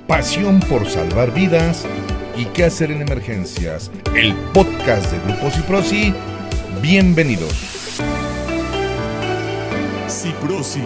pasión por salvar vidas y qué hacer en emergencias, el podcast de Grupo Ciprosi. Bienvenidos. Ciprosi.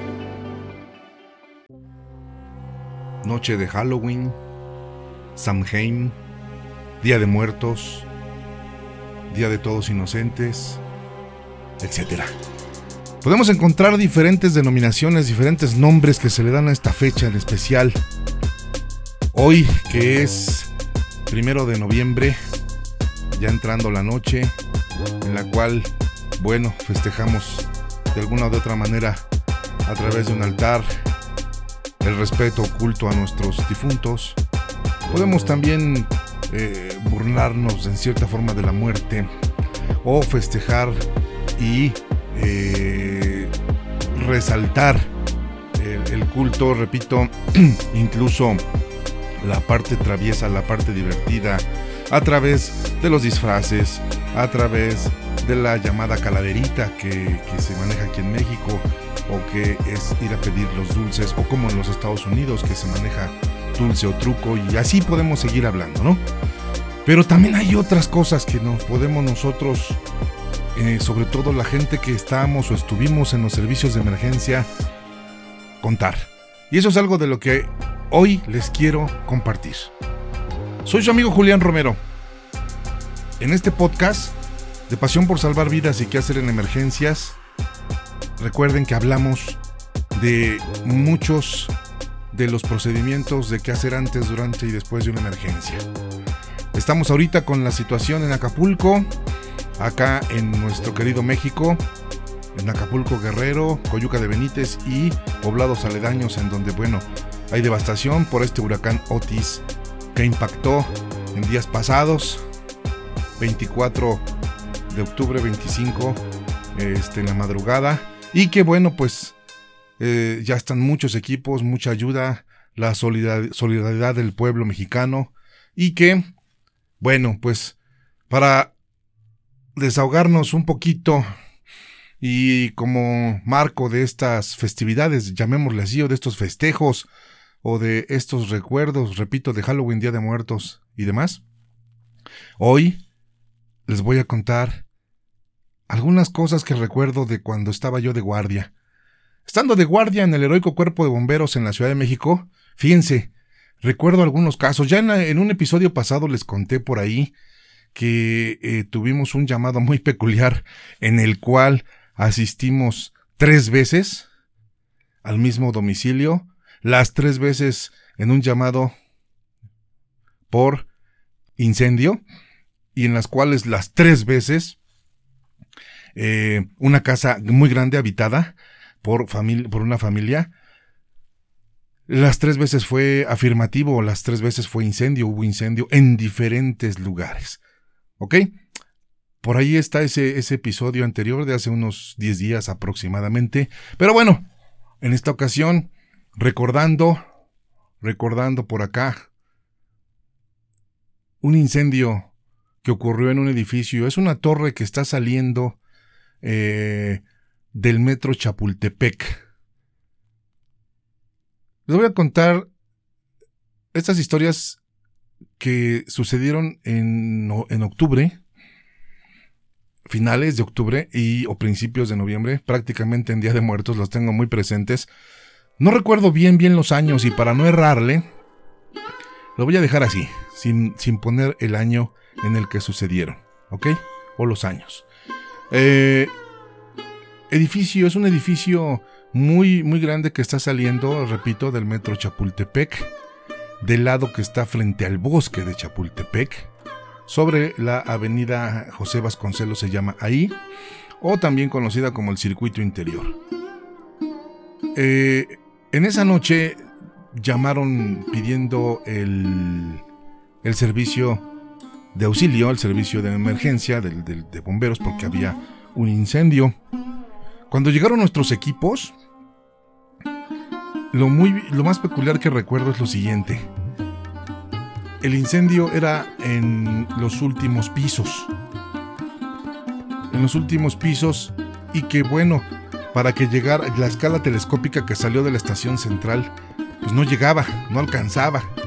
Noche de Halloween, Samhain, Día de Muertos, Día de Todos Inocentes, etc. Podemos encontrar diferentes denominaciones, diferentes nombres que se le dan a esta fecha en especial. Hoy, que es 1 de noviembre, ya entrando la noche, en la cual, festejamos de alguna u otra manera a través de un altar el respeto oculto a nuestros difuntos. Podemos también burlarnos en cierta forma de la muerte o festejar y resaltar el culto, repito, incluso la parte traviesa, la parte divertida, a través de los disfraces, a través de la llamada calaverita que se maneja aquí en México, o que es ir a pedir los dulces, o como en los Estados Unidos que se maneja dulce o truco, y así podemos seguir hablando, ¿no? Pero también hay otras cosas que nos podemos nosotros, sobre todo la gente que estamos o estuvimos en los servicios de emergencia, contar. Y eso es algo de lo que hoy les quiero compartir. Soy su amigo Julián Romero. En este podcast de Pasión por Salvar Vidas y qué hacer en emergencias, recuerden que hablamos de muchos de los procedimientos de qué hacer antes, durante y después de una emergencia. Estamos ahorita con la situación en Acapulco, acá en nuestro querido México, en Acapulco, Guerrero, Coyuca de Benítez y poblados aledaños, en donde, hay devastación por este huracán Otis que impactó en días pasados, 24 de octubre, 25 en la madrugada, y que ya están muchos equipos, mucha ayuda, la solidaridad del pueblo mexicano, y que, para desahogarnos un poquito y como marco de estas festividades, llamémosle así, o de estos festejos, o de estos recuerdos, repito, de Halloween, Día de Muertos y demás, hoy les voy a contar algunas cosas que recuerdo de cuando estaba yo de guardia. Estando de guardia en el heroico Cuerpo de Bomberos en la Ciudad de México, fíjense, recuerdo algunos casos. Ya en un episodio pasado les conté por ahí que tuvimos un llamado muy peculiar en el cual asistimos 3 veces al mismo domicilio, las 3 veces en un llamado por incendio, y en las cuales las 3 veces una casa muy grande habitada por una familia. Las 3 veces fue afirmativo, las 3 veces fue incendio, hubo incendio en diferentes lugares. ¿Ok? Por ahí está ese episodio anterior de hace unos 10 días aproximadamente. Pero en esta ocasión, recordando por acá un incendio que ocurrió en un edificio. Es una torre que está saliendo del metro Chapultepec. Les voy a contar estas historias que sucedieron en octubre, finales de octubre o principios de noviembre, prácticamente en Día de Muertos, los tengo muy presentes. No recuerdo bien los años, y para no errarle, lo voy a dejar así, sin poner el año en el que sucedieron, ¿ok? O los años. Es un edificio muy, muy grande que está saliendo, repito, del metro Chapultepec, del lado que está frente al bosque de Chapultepec, sobre la avenida José Vasconcelos se llama ahí, o también conocida como el Circuito Interior. En esa noche llamaron pidiendo el servicio de auxilio, el servicio de emergencia de bomberos, porque había un incendio. Cuando llegaron nuestros equipos, lo más peculiar que recuerdo es lo siguiente. El incendio era en los últimos pisos. Y que para que llegara la escala telescópica que salió de la estación central, pues no llegaba, no alcanzaba.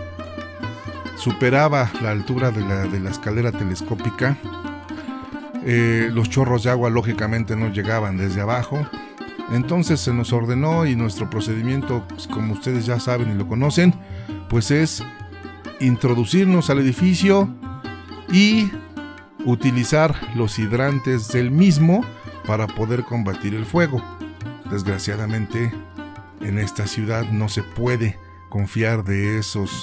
superaba la altura de la escalera telescópica. Los chorros de agua lógicamente no llegaban desde abajo. Entonces se nos ordenó, y nuestro procedimiento, pues, como ustedes ya saben y lo conocen, pues es introducirnos al edificio y utilizar los hidrantes del mismo para poder combatir el fuego. Desgraciadamente, en esta ciudad no se puede confiar de esos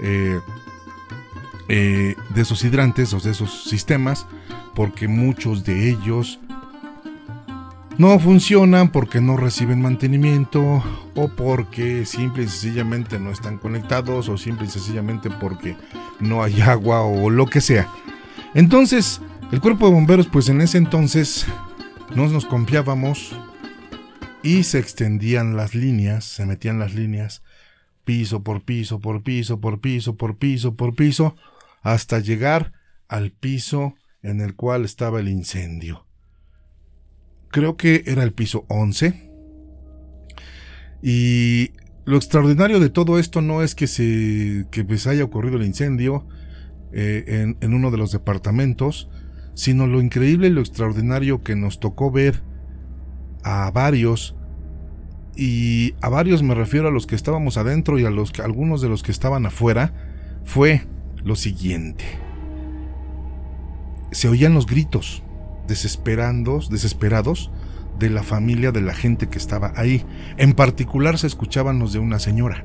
hidrantes o de esos sistemas, porque muchos de ellos no funcionan, porque no reciben mantenimiento, o porque simple y sencillamente no están conectados, o simple y sencillamente porque no hay agua, o lo que sea. Entonces, el cuerpo de bomberos, pues en ese entonces no nos confiábamos, y se extendían las líneas, se metían las líneas, piso por piso, por piso, por piso, por piso, por piso, hasta llegar al piso en el cual estaba el incendio. Creo que era el piso 11. Y lo extraordinario de todo esto no es que pues haya ocurrido el incendio en uno de los departamentos, sino lo increíble y lo extraordinario que nos tocó ver a varios. Y a varios me refiero a los que estábamos adentro y a algunos de los que estaban afuera. Fue lo siguiente: se oían los gritos desesperados de la familia, de la gente que estaba ahí. En particular se escuchaban los de una señora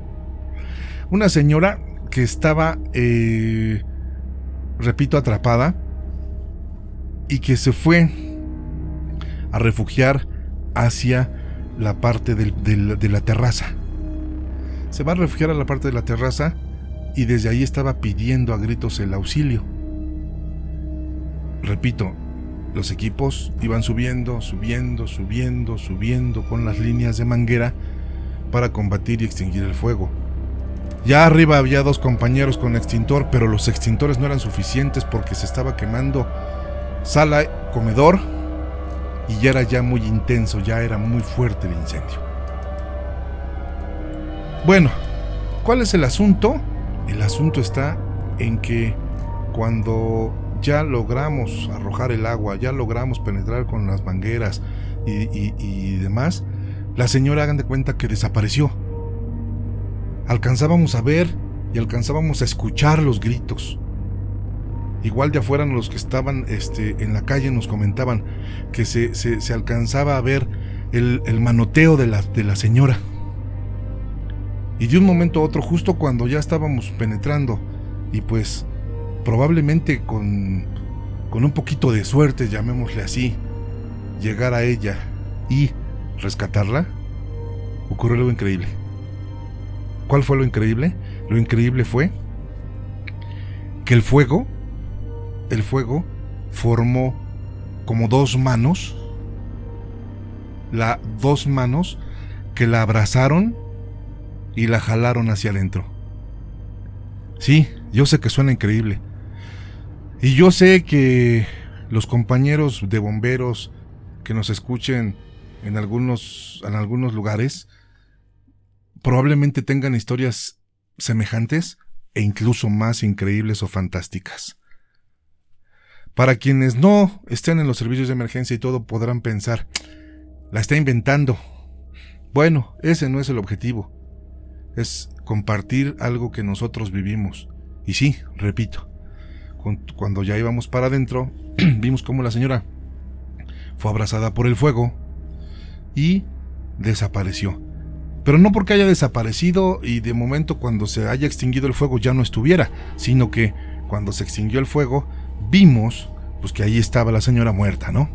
que estaba, repito, atrapada, y que se fue a refugiar hacia la parte de la terraza. Se va a refugiar a la parte de la terraza, y desde ahí estaba pidiendo a gritos el auxilio. Repito, los equipos iban subiendo con las líneas de manguera para combatir y extinguir el fuego. Ya arriba había 2 compañeros con extintor, pero los extintores no eran suficientes porque se estaba quemando sala, comedor, y ya era muy intenso, ya era muy fuerte el incendio. Bueno, ¿cuál es el asunto? El asunto está en que cuando ya logramos arrojar el agua, ya logramos penetrar con las mangueras y demás, la señora, hagan de cuenta que desapareció. Alcanzábamos a ver y alcanzábamos a escuchar los gritos. Igual de afuera, los que estaban en la calle nos comentaban que se alcanzaba a ver el manoteo de la señora. Y de un momento a otro, justo cuando ya estábamos penetrando, y pues probablemente con un poquito de suerte, llamémosle así, llegar a ella y rescatarla, ocurrió algo increíble. ¿Cuál fue lo increíble? Lo increíble fue que el fuego formó como 2 manos, dos manos que la abrazaron y la jalaron hacia adentro. Sí, yo sé que suena increíble. Y yo sé que los compañeros de bomberos que nos escuchen en algunos lugares probablemente tengan historias semejantes e incluso más increíbles o fantásticas. Para quienes no estén en los servicios de emergencia y todo, podrán pensar, la está inventando. Bueno, ese no es el objetivo. Es compartir algo que nosotros vivimos. Y sí, repito, cuando ya íbamos para adentro, vimos cómo la señora fue abrazada por el fuego y desapareció. Pero no porque haya desaparecido y de momento cuando se haya extinguido el fuego ya no estuviera, sino que cuando se extinguió el fuego vimos pues que ahí estaba la señora muerta, ¿no?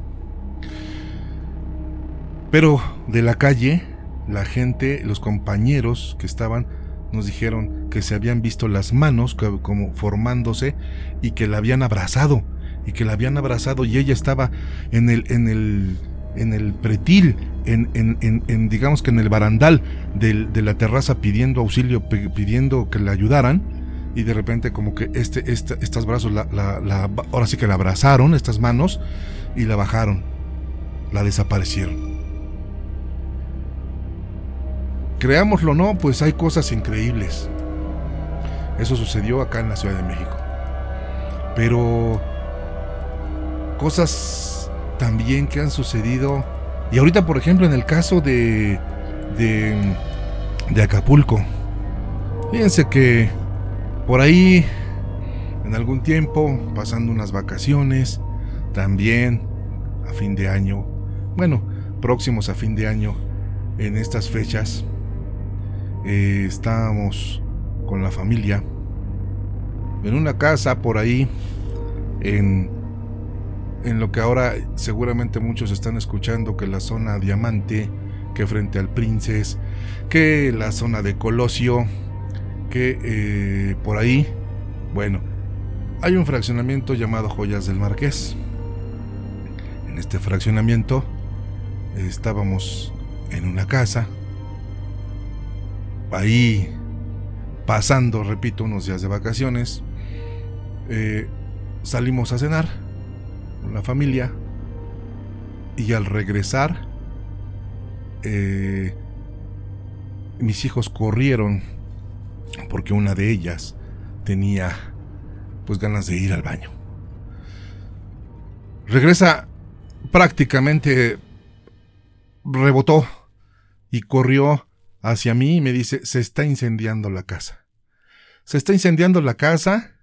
Pero de la calle, la gente, los compañeros que estaban, nos dijeron que se habían visto las manos como formándose y que la habían abrazado, y ella estaba en el pretil, digamos que en el barandal de la terraza pidiendo auxilio, pidiendo que la ayudaran, y de repente como que estos brazos ahora sí que la abrazaron, estas manos, y la bajaron, la desaparecieron. Creámoslo o no, pues hay cosas increíbles. Eso sucedió acá en la Ciudad de México. Pero cosas también que han sucedido. Y ahorita, por ejemplo, en el caso de Acapulco. Fíjense que por ahí, en algún tiempo, pasando unas vacaciones, también a fin de año, bueno, próximos a fin de año, en estas fechas, estábamos con la familia en una casa por ahí, en lo que ahora seguramente muchos están escuchando, que la zona Diamante, que frente al Princes, que la zona de Colosio, que por ahí, bueno, hay un fraccionamiento llamado Joyas del Marqués. En este fraccionamiento estábamos en una casa, ahí pasando, repito, unos días de vacaciones. Salimos a cenar con la familia y al regresar mis hijos corrieron porque una de ellas tenía pues ganas de ir al baño. Regresa, prácticamente rebotó y corrió hacia mí y me dice: se está incendiando la casa. Se está incendiando la casa.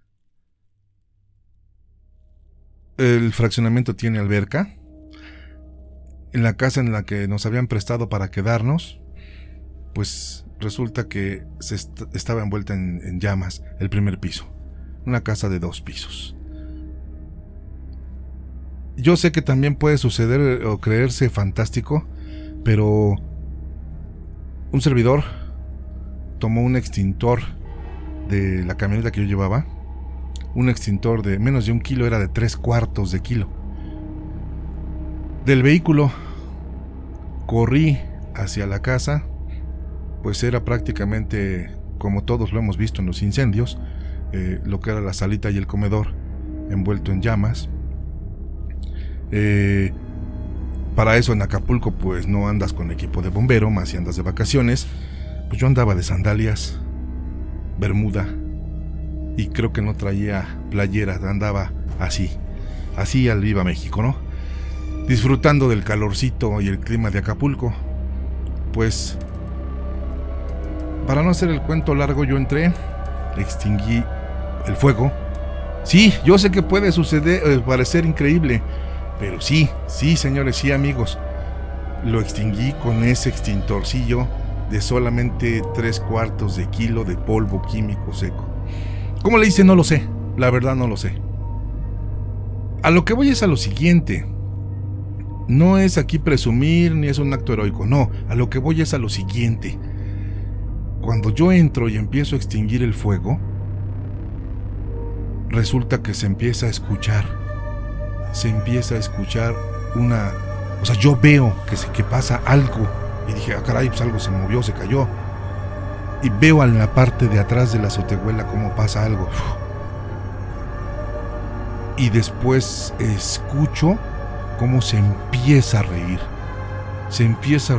El fraccionamiento tiene alberca. En la casa en la que nos habían prestado para quedarnos, pues resulta que estaba envuelta en llamas el primer piso. Una casa de 2 pisos. Yo sé que también puede suceder o creerse fantástico, pero un servidor tomó un extintor de la camioneta que yo llevaba. Un extintor de menos de 1 kilo, era de 3/4 de kilo. Del vehículo corrí hacia la casa, pues era prácticamente como todos lo hemos visto en los incendios, lo que era la salita y el comedor envuelto en llamas. Para eso en Acapulco pues no andas con equipo de bombero, más si andas de vacaciones. Pues yo andaba de sandalias, bermuda, y creo que no traía playera, andaba así al Viva México, ¿no? Disfrutando del calorcito y el clima de Acapulco. Pues, para no hacer el cuento largo, yo entré, extinguí el fuego. Sí, yo sé que puede suceder, parecer increíble, pero sí, señores, sí, amigos, lo extinguí con ese extintorcillo de solamente 3/4 de kilo de polvo químico seco. ¿Cómo le hice? No lo sé, la verdad no lo sé. A lo que voy es a lo siguiente. No es aquí presumir ni es un acto heroico, no, a lo que voy es a lo siguiente. Cuando yo entro y empiezo a extinguir el fuego, resulta que se empieza a escuchar una... O sea, yo veo que pasa algo y dije: ah, caray, pues algo se movió, se cayó. Y veo en la parte de atrás de la azotehuela cómo pasa algo. Y después escucho cómo se empieza a reír. Se empieza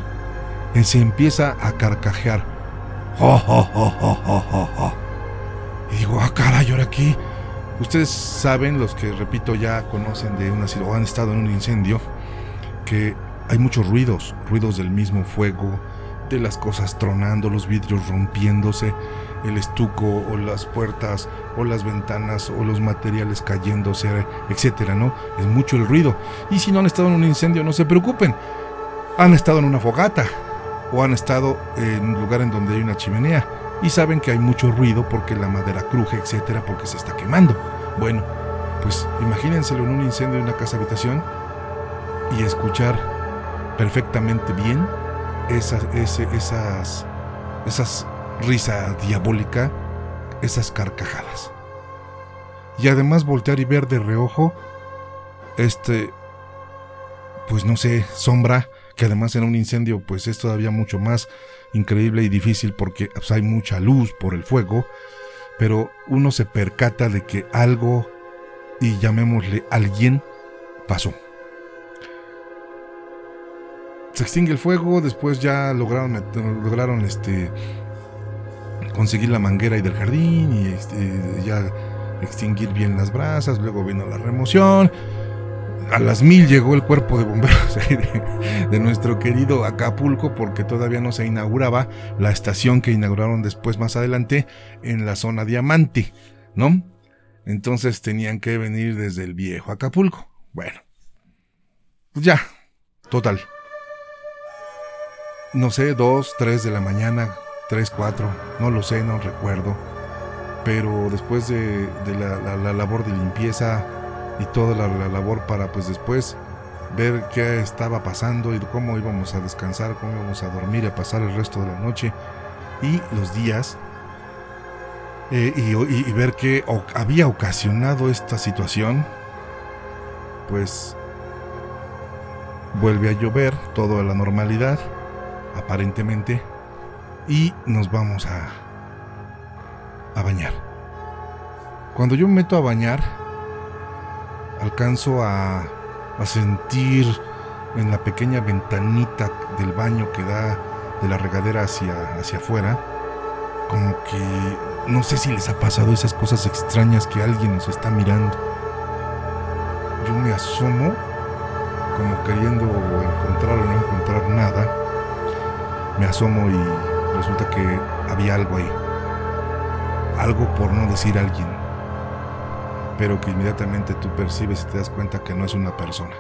a carcajear. Y digo: ah, caray, ¿ahora qué? Ustedes saben, los que, repito, ya conocen de una o han estado en un incendio, que hay muchos ruidos del mismo fuego, de las cosas tronando, los vidrios rompiéndose, el estuco o las puertas o las ventanas o los materiales cayéndose, etcétera, ¿no? Es mucho el ruido. Y si no han estado en un incendio, no se preocupen. Han estado en una fogata o han estado en un lugar en donde hay una chimenea y saben que hay mucho ruido porque la madera cruje, etcétera, porque se está quemando. Bueno, pues imagínenselo en un incendio de una casa habitación y escuchar perfectamente bien esas risa diabólica, esas carcajadas. Y además voltear y ver de reojo pues no sé, sombra, que además en un incendio pues es todavía mucho más increíble y difícil porque pues, hay mucha luz por el fuego, pero uno se percata de que algo, y llamémosle alguien, pasó. Se extingue el fuego, después ya lograron conseguir la manguera y del jardín y ya extinguir bien las brasas. Luego vino la remoción. A las 1000 llegó el cuerpo de bomberos de nuestro querido Acapulco, porque todavía no se inauguraba la estación que inauguraron después más adelante en la zona Diamante, ¿no? Entonces tenían que venir desde el viejo Acapulco. Bueno, pues ya, total. No sé, 2, 3 de la mañana, 3, 4, no lo sé, no recuerdo. Pero después de la labor de limpieza y toda la labor para pues después ver qué estaba pasando y cómo íbamos a descansar, cómo íbamos a dormir y a pasar el resto de la noche y los días, y ver qué había ocasionado esta situación, pues vuelve a llover, todo a la normalidad aparentemente, y nos vamos a bañar. Cuando yo me meto a bañar, alcanzo a sentir en la pequeña ventanita del baño que da de la regadera hacia afuera, como que no sé si les ha pasado esas cosas extrañas que alguien nos está mirando. Yo me asomo como queriendo encontrar o no encontrar nada. Me asomo y resulta que había algo ahí, algo por no decir alguien, pero que inmediatamente tú percibes y te das cuenta que no es una persona.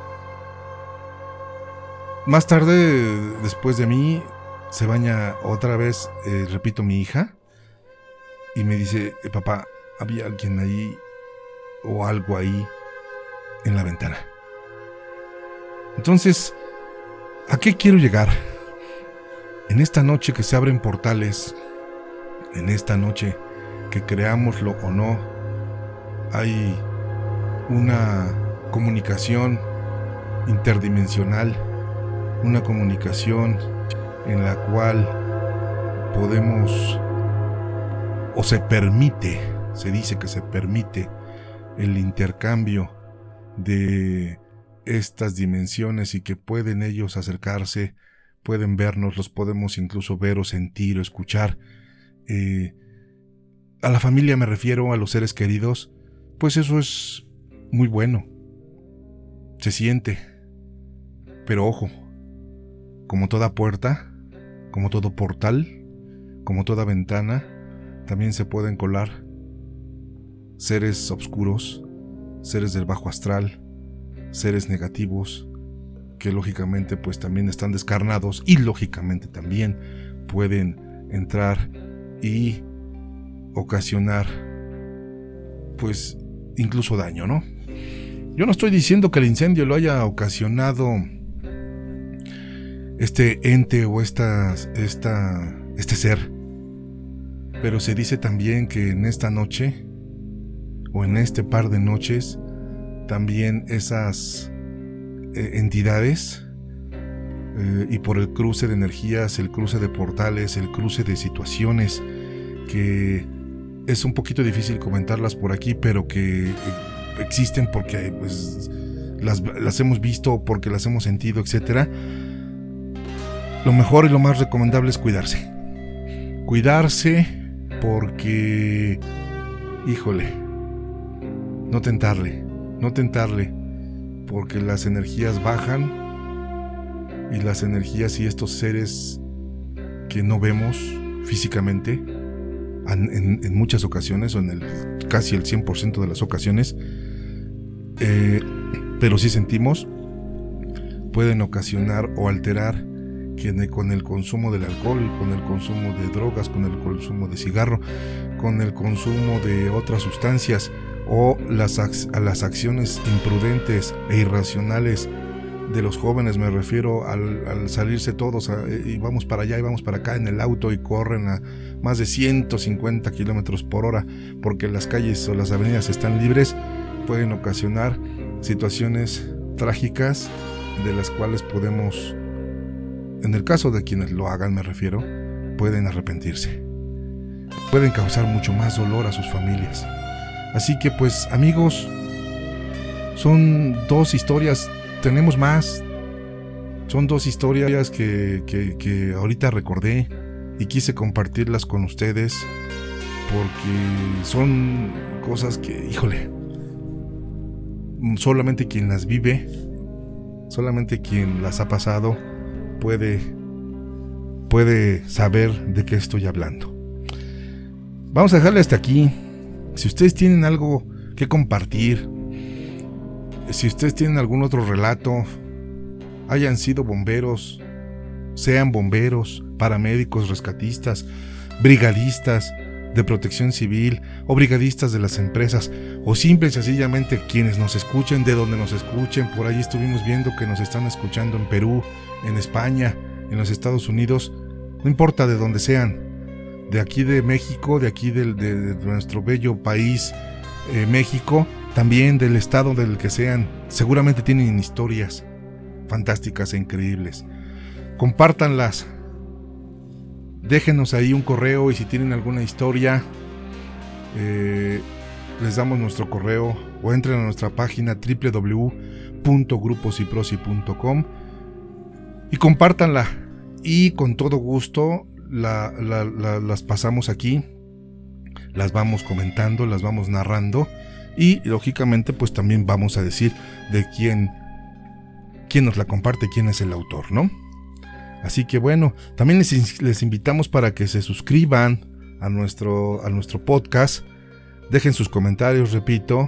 Más tarde, después de mí, se baña otra vez, repito, mi hija, y me dice, papá, había alguien ahí o algo ahí en la ventana. Entonces, ¿a qué quiero llegar? En esta noche que se abren portales, en esta noche que creámoslo o no, hay una comunicación interdimensional, una comunicación en la cual podemos, o se permite, se dice que se permite el intercambio de estas dimensiones y que pueden ellos acercarse, pueden vernos, los podemos incluso ver o sentir o escuchar. A la familia me refiero, a los seres queridos, pues eso es muy bueno, se siente, pero ojo, como toda puerta, como todo portal, como toda ventana, también se pueden colar seres oscuros, seres del bajo astral, seres negativos, que lógicamente pues también están descarnados y lógicamente también pueden entrar y ocasionar pues incluso daño, ¿no? Yo no estoy diciendo que el incendio lo haya ocasionado este ente o este ser, pero se dice también que en esta noche o en este par de noches también esas entidades, y por el cruce de energías, el cruce de portales, el cruce de situaciones que es un poquito difícil comentarlas por aquí, pero que existen porque pues, las hemos visto, porque las hemos sentido, etcétera. Lo mejor y lo más recomendable es cuidarse. Cuidarse porque, híjole, no tentarle, porque las energías bajan y las energías y estos seres que no vemos físicamente, en muchas ocasiones, o en casi el 100% de las ocasiones, pero sí sentimos, pueden ocasionar o alterar que con el consumo del alcohol, con el consumo de drogas, con el consumo de cigarro, con el consumo de otras sustancias o las acciones imprudentes e irracionales de los jóvenes, me refiero al salirse todos y vamos para allá y vamos para acá en el auto y corren a más de 150 kilómetros por hora porque las calles o las avenidas están libres, pueden ocasionar situaciones trágicas de las cuales podemos, en el caso de quienes lo hagan me refiero, pueden arrepentirse, pueden causar mucho más dolor a sus familias. Así que pues amigos, son dos historias. Tenemos más. Son dos historias que ahorita recordé y quise compartirlas con ustedes porque son cosas que, híjole, solamente quien las vive, solamente quien las ha pasado puede saber de qué estoy hablando. Vamos a dejarle hasta aquí. Si ustedes tienen algo que compartir, si ustedes tienen algún otro relato, hayan sido bomberos, sean bomberos, paramédicos, rescatistas, brigadistas de protección civil o brigadistas de las empresas, o simple y sencillamente quienes nos escuchen, de donde nos escuchen. Por ahí estuvimos viendo que nos están escuchando en Perú, en España, en los Estados Unidos, no importa de donde sean, de aquí de México, de aquí de nuestro bello país, México, también del estado del que sean, seguramente tienen historias fantásticas e increíbles. Compártanlas, déjenos ahí un correo, y si tienen alguna historia, les damos nuestro correo, o entren a nuestra página www.gruposiprosi.com y compártanla, y con todo gusto las pasamos aquí, las vamos comentando, las vamos narrando, y lógicamente pues también vamos a decir de quién nos la comparte, quién es el autor, ¿no? Así que bueno, también les invitamos para que se suscriban a nuestro podcast, dejen sus comentarios, repito,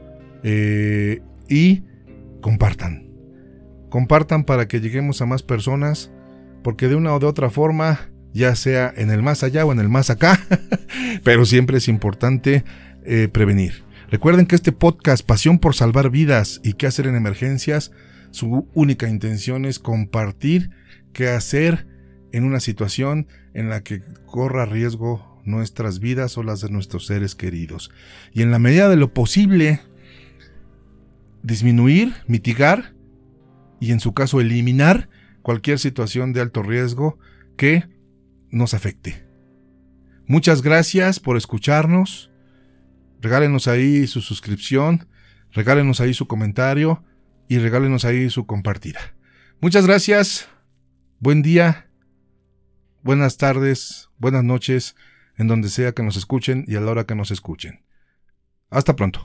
y compartan para que lleguemos a más personas, porque de una o de otra forma, ya sea en el más allá o en el más acá, pero siempre es importante prevenir. Recuerden que este podcast, Pasión por Salvar Vidas y qué hacer en emergencias, su única intención es compartir qué hacer en una situación en la que corra riesgo nuestras vidas o las de nuestros seres queridos. Y en la medida de lo posible, disminuir, mitigar y en su caso eliminar cualquier situación de alto riesgo que nos afecte. Muchas gracias por escucharnos. Regálenos ahí su suscripción, regálenos ahí su comentario y regálenos ahí su compartida. Muchas gracias. Buen día, buenas tardes, buenas noches, en donde sea que nos escuchen y a la hora que nos escuchen. Hasta pronto.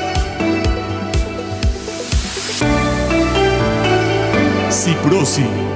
Ciprosi.